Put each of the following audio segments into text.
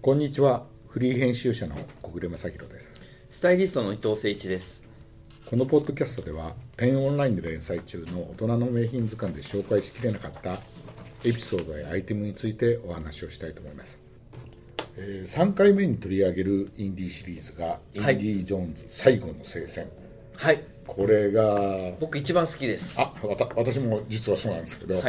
こんにちは。フリー編集者の小暮正弘です。 スタイリストの伊藤誠一です。 このポッドキャストではペンオンラインで連載中の大人の名品図鑑で紹介しきれなかったエピソードやアイテムについてお話をしたいと思います。3回目に取り上げるインディーシリーズがインディ・ジョーンズ最後の聖戦。 はい、 これが僕一番好きです。 私も実はそうなんですけど、 はい、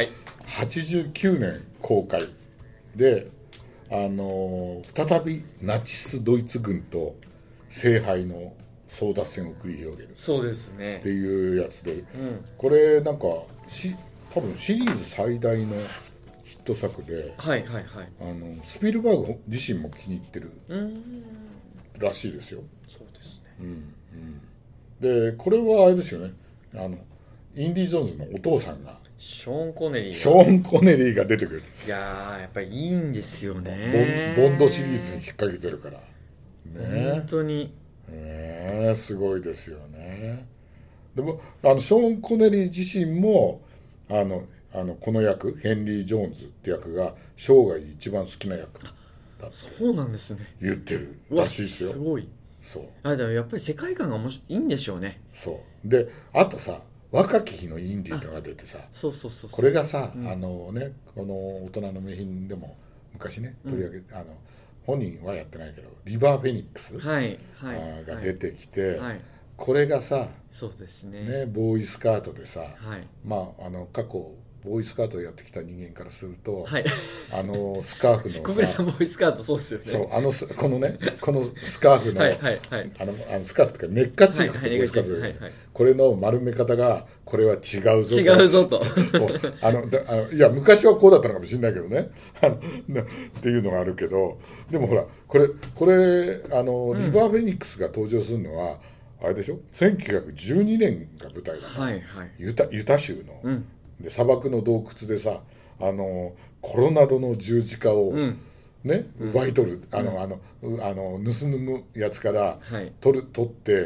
89年公開で再びナチスドイツ軍と聖杯の争奪戦を繰り広げるそうですねっていうやつで、これなんか多分シリーズ最大のヒット作で、 はいはいはい、 スピルバーグ自身も気に入ってるらしいですよ。 そうですでね、 これはあれですよね、インディ・ジョーンズのお父さんがショーン・コネリーが出てくる。 いやーやっぱりいいんですよね。 ボンドシリーズに引っ掛けてるからね。 本当にすごいですよね。でもショーン・コネリー自身もこの役ヘンリー・ジョーンズって役が生涯一番好きな役だってそうなんですね。 言ってるらしいですよ。 すごい。 そうでもやっぱり世界観がいいんでしょうね。 そうで、あとさ、若き日のインディーとか出てさ、 そうこれがさ、この大人の名品でも昔ね取り上げ、本人はやってないけどリバー・フェニックス、が出てきて、これがさ、 そうですね、 ボーイスカートでさ、過去ボーイスカートをやってきた人間からすると、スカーフのさ、 小暮さんボーイスカートそうですよね。 そうこのスカーフのスカーフとかネッカチーフってボーイスカートで、これの丸め方がこれは違うぞといや昔はこうだったのかもしれないけどねっていうのがあるけど、でもほらこれリバー・フェニックスが登場するのはあれでしょ、1912年が舞台だから、ユタ州の、で砂漠の洞窟でさ、コロナドの十字架を、奪い取る、盗むやつから取って、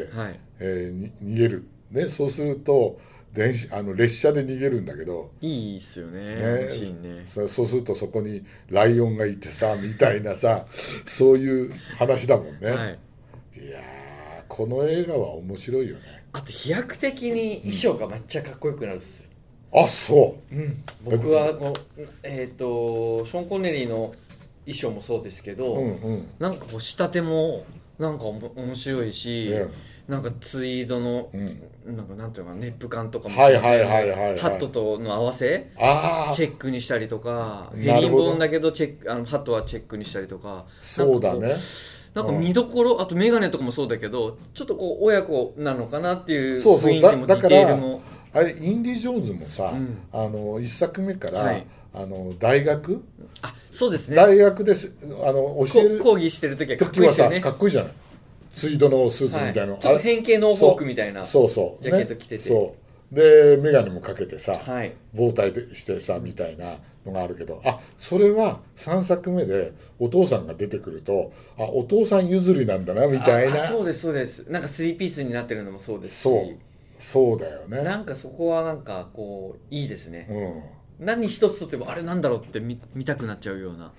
逃げる、そうすると列車で逃げるんだけど、 いいっすよね、シーンね。 そうするとそこにライオンがいてさみたいなさそういう話だもんね。いやこの映画は面白いよね。 あと飛躍的に衣装がめっちゃかっこよくなるっす。 あ、そう、 僕はショーン・コネリーの衣装もそうですけど、なんか仕立てもなんか面白いし、なんかツイードの、なんていうのかな、ネップ感とかも、ハットとの合わせチェックにしたりとか、ヘリンボーンだけどハットはチェックにしたりとか、 そうだね、 なんか見どころ、あとメガネとかもそうだけど、ちょっとこう親子なのかなっていう雰囲気もディテールも。 あれインディ・ジョーンズもさ、1作目から、大学、 そうですね、 大学で教える講義してる時はかっこいいですよね。 かっこいいじゃない、ツイードのスーツみたいな、 ちょっと変形ノーフォークみたいなジャケット着てて、 で眼鏡もかけてさ、棒体でしてさみたいなのがあるけど、それは3作目でお父さんが出てくると、お父さん譲りなんだなみたいな。 そうですそうです。なんか3ピースになってるのもそうですし、 そうだよね。 なんかそこはなんかこういいですね。何一つとってもあれなんだろうって見たくなっちゃうような。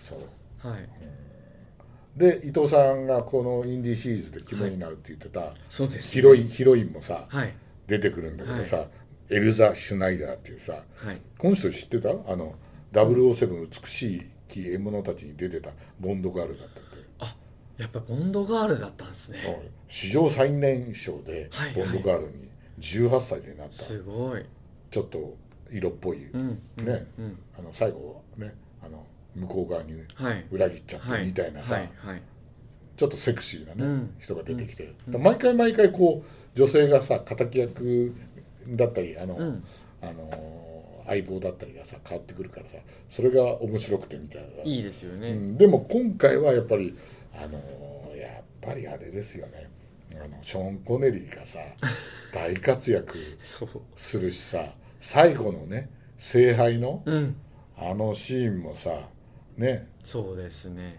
で伊藤さんがこのインディーシリーズで肝になるって言ってた、 そうです、 ヒロインもさ、出てくるんだけどさ、エルザ・シュナイダーっていうさ、この人知ってた？007美しい獲物たちに出てたボンドガールだったって。 やっぱボンドガールだったんですね。 そう史上最年少でボンドガールに18歳でなった、 すごいちょっと色っぽい、最後はね向こう側に裏切っちゃってみたいなさ、ちょっとセクシーなね、人が出てきて、毎回こう女性がさ敵役だったり相棒だったりがさ変わってくるからさ、それが面白くてみたいな。 いいですよね。 でも今回はやっぱりあれですよね、ショーン・コネリーがさ大活躍するしさ、最後のね聖杯の、シーンもさね、 そうですね、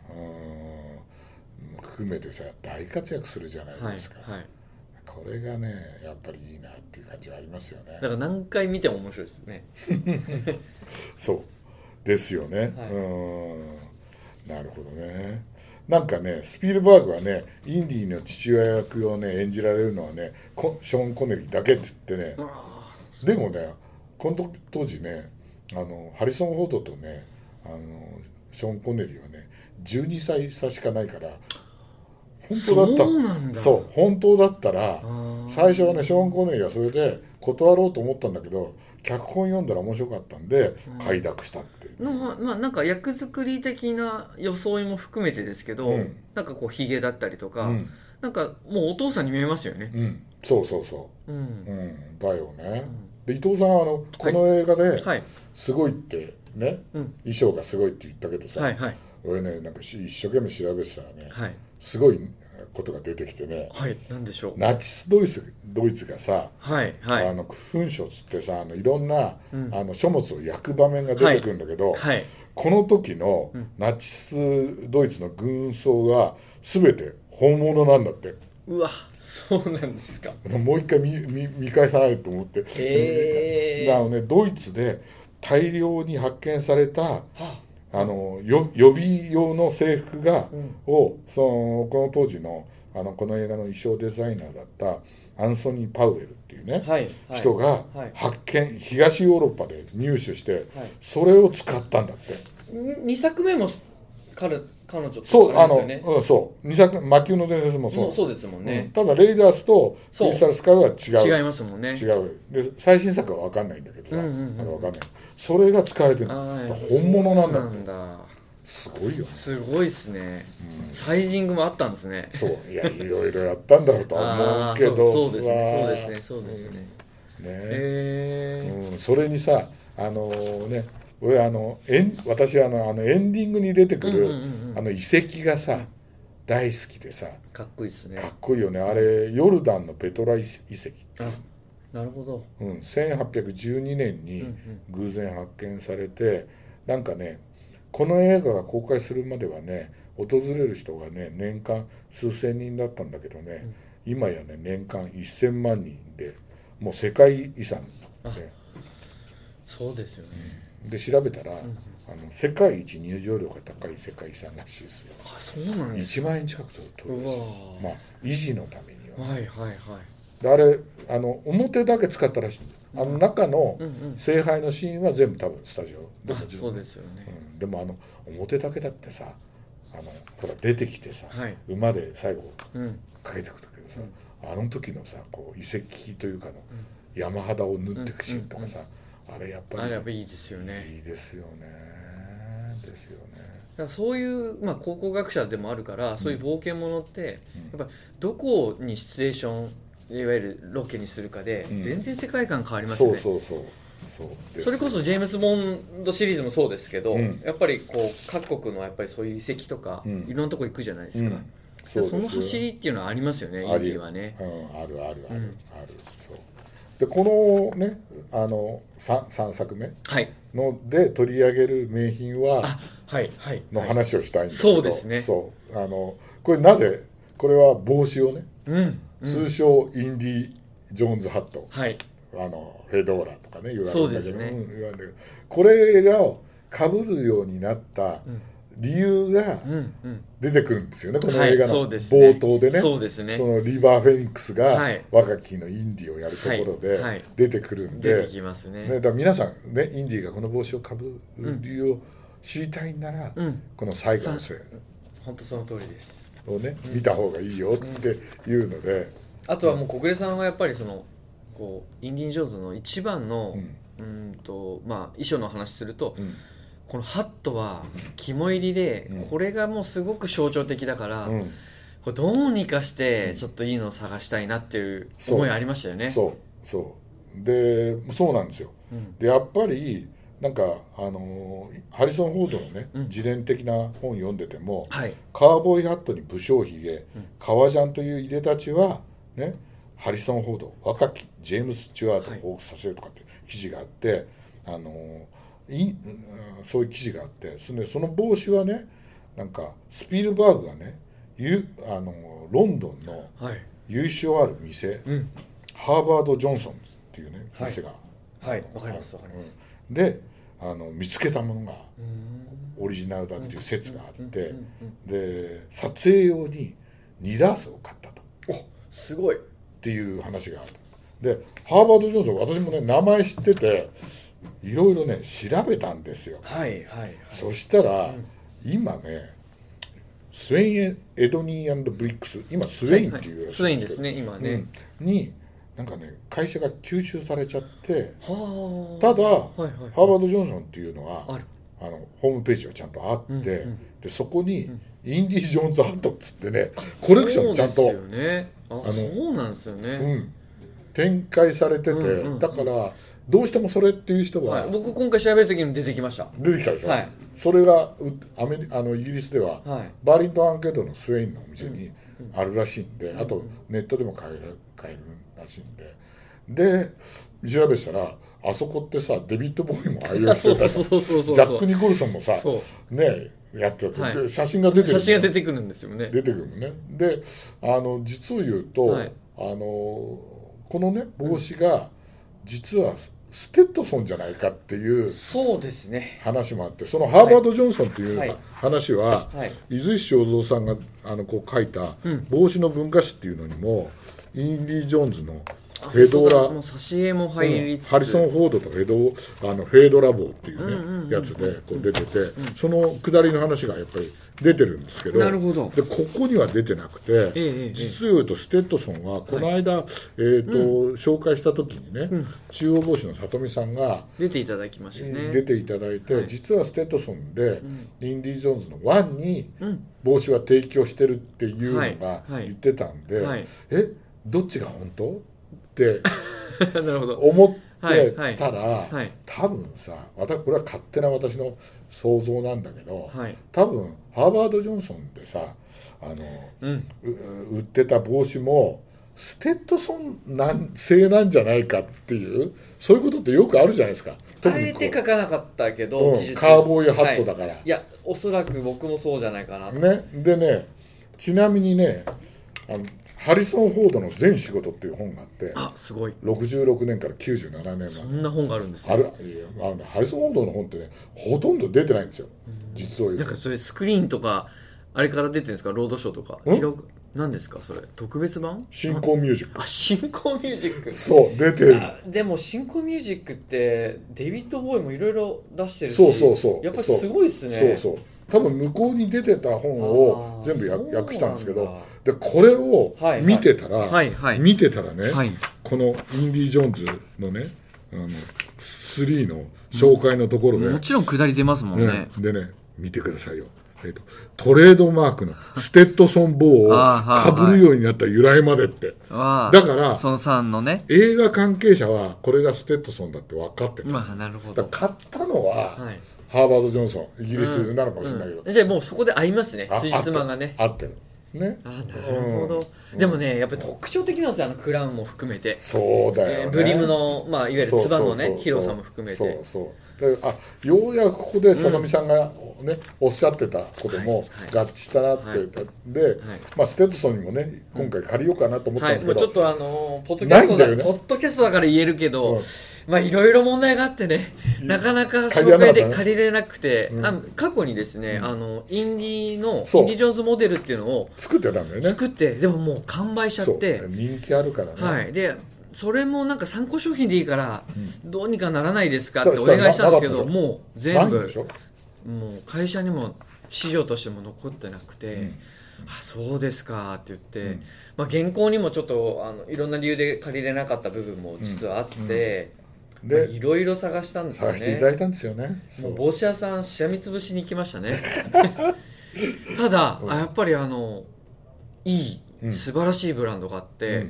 含めてさ大活躍するじゃないですか。これがねやっぱりいいなっていう感じがありますよね。 だから何回見ても面白いですね。 そうですよね。なるほどね。 なんかねスピルバーグはねインディの父親役をね演じられるのはねショーン・コネリーだけって言ってね、でもねこの当時ねハリソン・フォードとねショーン・コネリーはね12歳差しかないから本当だったそうなんだ。 そう本当だったら最初はねショーン・コネリーはそれで断ろうと思ったんだけど脚本読んだら面白かったんで快諾したっていう、 まあなんか役作り的な装いも含めてですけど、なんかこうヒゲだったりとか、なんかもうお父さんに見えますよね。 そうそうそう、だよね、で伊藤さんはこの映画ですごいってね、衣装がすごいって言ったけどさ、俺ねなんか一生懸命調べてたらね、すごいことが出てきてね、 何でしょう。 ナチスドイツがさ、勲章つってさいろんな、書物を焼く場面が出てくるんだけど、この時のナチスドイツの軍装が全て本物なんだって。 うわ、そうなんですか。 もう一回見返さないと思って、ドイツで大量に発見された予備用の制服をこの当時のこの映画の衣装デザイナーだったアンソニー・パウエルっていうね、人が東ヨーロッパで入手して、それを使ったんだって。 2作目も彼女とそうそう2作魔球の伝説もそうですもんね、 ただレイダースとクリスタルスカルは違いますもんね。 違うで最新作は分かんないんだけどさ、分かんない。それが使われてる本物なんだって。すごいよね。 すごいっすね、サイジングもあったんですね。 そういやいろいろやったんだろうとは思うけどそうですねそれにさ俺私エンディングに出てくる遺跡がさ大好きでさ、 かっこいいですね。 かっこいいよねあれ。ヨルダンのペトラ遺跡、 なるほど、 1812年に偶然発見されて、なんかねこの映画が公開するまではね訪れる人がね年間数千人だったんだけどね、今やね年間1000万人でもう世界遺産で、 そうですよね。 で調べたら、世界一入場料が高い世界遺産らしいですよ。 そうなんですか。 1万円近く取るんですよ。維持のためには。であれ表だけ使ったらしい。中の聖杯のシーンは全部多分スタジオでもそうですよね、 でも表だけだってさほら出てきてさ、馬で最後かけてくるけどさ、あの時のさこう遺跡というかの山肌を縫っていくシーンとかさ、あれやっぱりいいですよね。 いいですよね。ですよね。 だからそういう、考古学者でもあるから、そういう冒険者ってやっぱどこにシチュエーションいわゆるロケにするかで、全然世界観変わりますよね。それこそジェームズ・ボンドシリーズもそうですけど、やっぱりこう各国のやっぱりそういう遺跡とか、いろんなとこ行くじゃないですか、その走りっていうのはありますよね、インディはね。 あるそうでこのね3作目ので取り上げる名品はの話をしたいんだけど、 そうですね。 これなぜこれは帽子をね、通称インディ・ジョーンズハット、フェドーラとかね言われるんだけど、これがかぶるようになった理由が出てくるんですよね、この映画の冒頭でね。そのリバー・フェニックスが若き日のインディをやるところで出てくるんで、だから皆さんねインディがこの帽子をかぶる理由を知りたいんなら、この最後のシーン本当その通りですをね見た方がいいよっていうので、 あとはもう小暮さんはやっぱりこうインディ・ジョーンズの一番の衣装の話すると、このハットは肝入りで、これがもうすごく象徴的だから、これどうにかしてちょっといいのを探したいなっていう思いありましたよね。 でそうなんですよ、でやっぱりなんかハリソン・フォードのね、自伝的な本読んでても、カーボーイハットに武将髭、革ジャンといういでたちはねハリソン・フォード若きジェームス・スチュワートを彷彿させるとかって記事があって、そういう記事があって、その帽子はねなんかスピルバーグがねロンドンの由緒ある店、ハーバード・ジョンソンっていうね店がわかりますで見つけたものがオリジナルだっていう説があって、で撮影用に2ダースを買ったと。 すごいっていう話がある。でハーバード・ジョンソン、私もね名前知ってていろいろね調べたんですよ。そしたら、今ねスウェイン・エドニー&ブリックス、今スウェインっていうらしいんですけど、 スウェインですね今ね、 になんかね会社が吸収されちゃって、ただ、ハーバード・ジョンソンっていうのはホームページがちゃんとあって、でそこにインディ・ジョーンズ・ハットっつってねコレクションちゃんとそうなんですよね、 展開されてて、だからどうしてもそれっていう人は、 僕今回調べる時にも出てきました。 出てきたでしょ、それがイギリスでは、バーリントンアーケードのスウェインのお店にあるらしいんで、あとネットでも買えるらしいんで調べたら、あそこってさデビッド・ボーイも愛用してたジャック・ニコルソンもさねやってて、写真が出てくるんですよね。 出てくるのね。で実を言うと、このね帽子が実はステッドソンじゃないかっていう話もあって、そのハーバード・ジョンソンっていう話は伊豆石正蔵さんがこう書いた帽子の文化史っていうのにも、インディ・ジョーンズのフェドラ、 挿絵も入りつつ、 ハリソン・フォードとフェードラボーっていうねやつでこう出てて、その下りの話がやっぱり出てるんですけど、でここには出てなくて、実を言うとステッドソンはこの間、紹介した時にね、中央帽子の里見さんが出ていただきましたね。 出ていただいて、実はステッドソンで、インディ・ジョーンズの1に帽子は提供してるっていうのが言ってたんで、どっちが本当って思ってたら、多分さ、これは勝手な私の想像なんだけど、多分ハーバード・ジョンソンでさ売ってた帽子もステッドソン製なんじゃないかっていう、そういうことってよくあるじゃないですか。 あえて書かなかったけど、 カーボーイハットだから、 いやおそらく僕もそうじゃないかなと、 でね、ちなみにねハリソン・フォードの全仕事っていう本があって、 すごい 66年から97年まで、 そんな本があるんですよ。 ハリソン・フォードの本ってねほとんど出てないんですよ、実を言うと。 なんかそれスクリーンとかあれから出てるんですか、ロードショーとか。違う、何ですかそれ、特別版？ 新興ミュージック。 新興ミュージック、 そう出てる。 でも新興ミュージックってデビッド・ボーイもいろいろ出してるし、やっぱりすごいっすね。 多分向こうに出てた本を全部訳したんですけど、でこれを見てたらね、このインディ・ジョーンズのね3の紹介のところで、 もちろん下り出ますもんね。 でね、見てくださいよ。トレードマークのステッドソン帽をかぶるようになった由来までって。だからその3のね、 映画関係者はこれがステッドソンだって分かってた。 なるほど。 買ったのはハーバード・ジョンソン、イギリスなのかもしれないけど、 じゃあもうそこで合いますね、辻褄がね。 合ってるね。 なるほど。でもね、やっぱり特徴的なんですよ、クラウンも含めて。 そうだよね。 ブリムのいわゆるつばのね広さも含めて。 ようやくここで里見さんがねおっしゃってたことも合致したなって言ったんで、ステッドソンにもね今回借りようかなと思ったんですけど、 ちょっとポッドキャストだから言えるけど、いろいろ問題があってね、なかなか紹介で借りれなくて、過去にですね、インディ・ジョーンズモデルっていうのを作ってたんだよね。 作って、でももう完売しちゃって、 人気あるからね。 でそれもなんか参考商品でいいからどうにかならないですかってお願いしたんですけど、もう全部もう会社にも資料としても残ってなくて、そうですかって言って、原稿にもちょっといろんな理由で借りれなかった部分も実はあって、いろいろ探したんですよね。 探していただいたんですよね。 もう帽子屋さんしらみつぶしに行きましたね。ただやっぱりいい素晴らしいブランドがあって、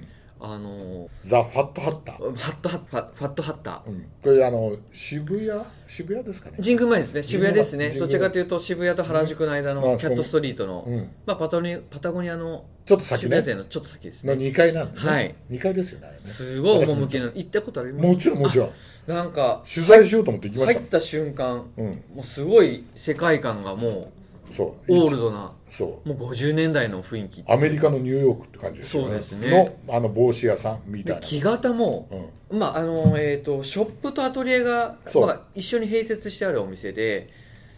ザ・ファットハッター。 ファットハッター。 これ渋谷ですかね。 神宮前ですね。渋谷ですね。どちらかというと渋谷と原宿の間のキャットストリートの、パタゴニアのちょっと先ね。 渋谷店のちょっと先ですね。 の2階なんでね。2階ですよね。 すごい趣の。行ったことあります？ もちろんもちろん。 なんか取材しようと思って行きました。 入った瞬間、もうすごい世界観がもうオールドな。もう50年代の雰囲気、 アメリカのニューヨークって感じですよね。 そうですね。 の帽子屋さんみたいな。 木型も、ショップとアトリエが、一緒に併設してあるお店で、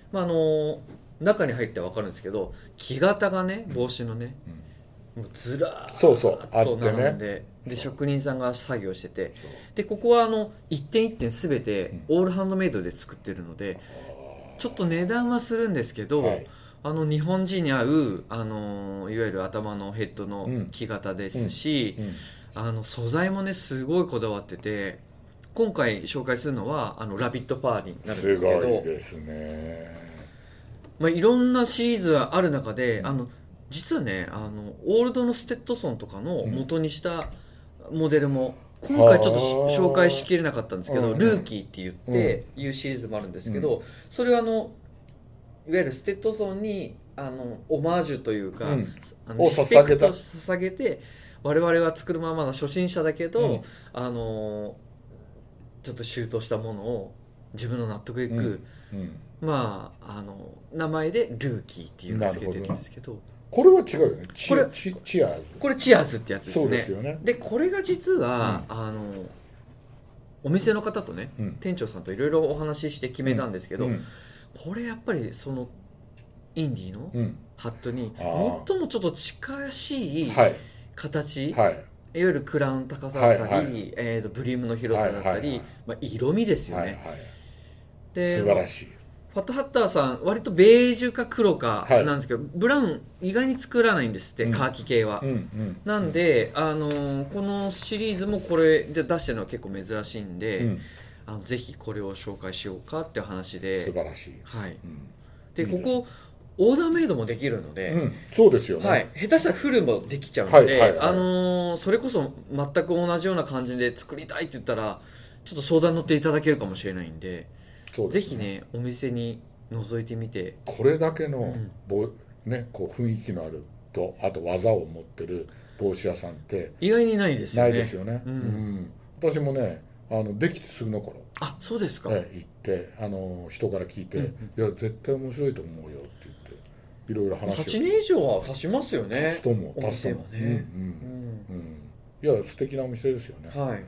まあ中に入って分かるんですけど、木型がね、帽子のね、もうずらーっと並んで、で職人さんが作業してて、でここは一点一点全てオールハンドメイドで作ってるので、ちょっと値段はするんですけど、はい、日本人に合ういわゆる頭のヘッドの木型ですし、素材もねすごいこだわってて、今回紹介するのはラビットパーになるんですけど、 すごいですね。 まあ、いろんなシリーズがある中で、実はねオールドのステッドソンとかの元にしたモデルも今回ちょっと紹介しきれなかったんですけど、ルーキーって言っていうシリーズもあるんですけど、それはいわゆるステッドソンにオマージュというか、リスペクト捧げて、我々は作るままの初心者だけど、ちょっと周到したものを自分の納得いく、まあ名前でルーキーっていうのをつけてるんですけど、 これは違うよね。チアーズ。 これチアーズってやつですね。 そうですよね。 でこれが実は、お店の方とね、店長さんといろいろお話しして決めたんですけど、これやっぱりそのインディーのハットに最もちょっと近しい形、いわゆるクラウン高さだったり、ブリームの広さだったり、まあ、色味ですよね。 で素晴らしい。 ファットハッターさん割とベージュか黒かなんですけど、ブラウン意外に作らないんですって、カーキ系は。なんで、このシリーズもこれで出してるのは結構珍しいんで、ぜひこれを紹介しようかっていう話で。 素晴らしい。 はい。でここオーダーメイドもできるので、 そうですよね。 はい、下手したらフルもできちゃうので、それこそ全く同じような感じで作りたいって言ったらちょっと相談乗っていただけるかもしれないんで。ぜひねお店に覗いてみて、 これだけの、ね、こう雰囲気のあると、あと技を持ってる帽子屋さんって意外にないですよね。 ないですよね。私もねできてすぐの頃、 そうですか、 行って人から聞いて、いや絶対面白いと思うよって言っていろいろ話を。 8年以上は経ちますよね。 経つと思う。 お店はね。 いや素敵なお店ですよね。 はい。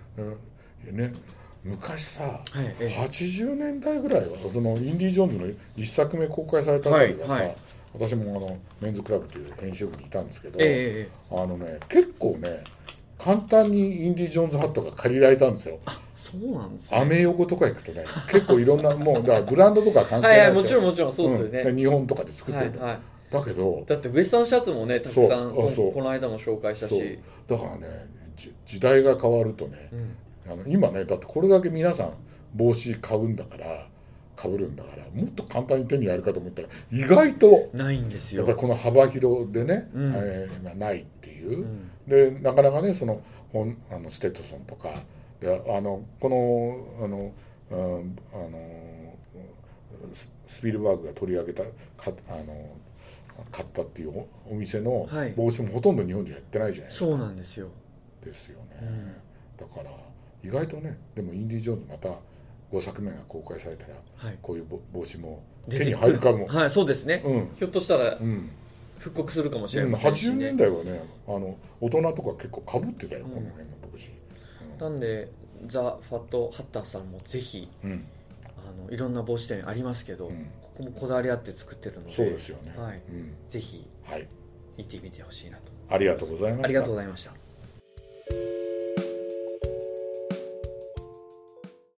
ね。昔さ、80年代ぐらいはそのインディ・ジョーンズの1作目公開された時がさ、私もメンズクラブという編集部にいたんですけど、結構ね簡単にインディ・ジョーンズハットが借りられたんですよ。 そうなんですね。 アメ横とか行くとね結構いろんなもうだからブランドとか関係ないですよ。 もちろんそうですよね。 日本とかで作ってると。だけどだってウエスタンシャツもねたくさんこの間も紹介したし、 だからね時代が変わるとね、今ねだってこれだけ皆さん帽子買うんだから被るんだから、もっと簡単に手に入るかと思ったら意外とないんですよ。 やっぱりこの幅広でね、ないっていう、でなかなかねそのステッドソンとかでこのスピルバーグが取り上げた買ったっていうお店の帽子もほとんど日本じゃやってないじゃないですか。 そうなんですよ。 ですよね。だから意外とね、でもインディ・ジョーンズまた5作目が公開されたら、こういう帽子も手に入るかも。 そうですね。ひょっとしたら復刻するかもしれないし、80年代はね大人とか結構かぶってたよ、この辺の帽子。 なんでザ・ファット・ハッターさんもぜひ、いろんな帽子店ありますけど、ここもこだわりあって作ってるので、 そうですよね。 ぜひ行ってみてほしいなと。 ありがとうございました。 ありがとうございました。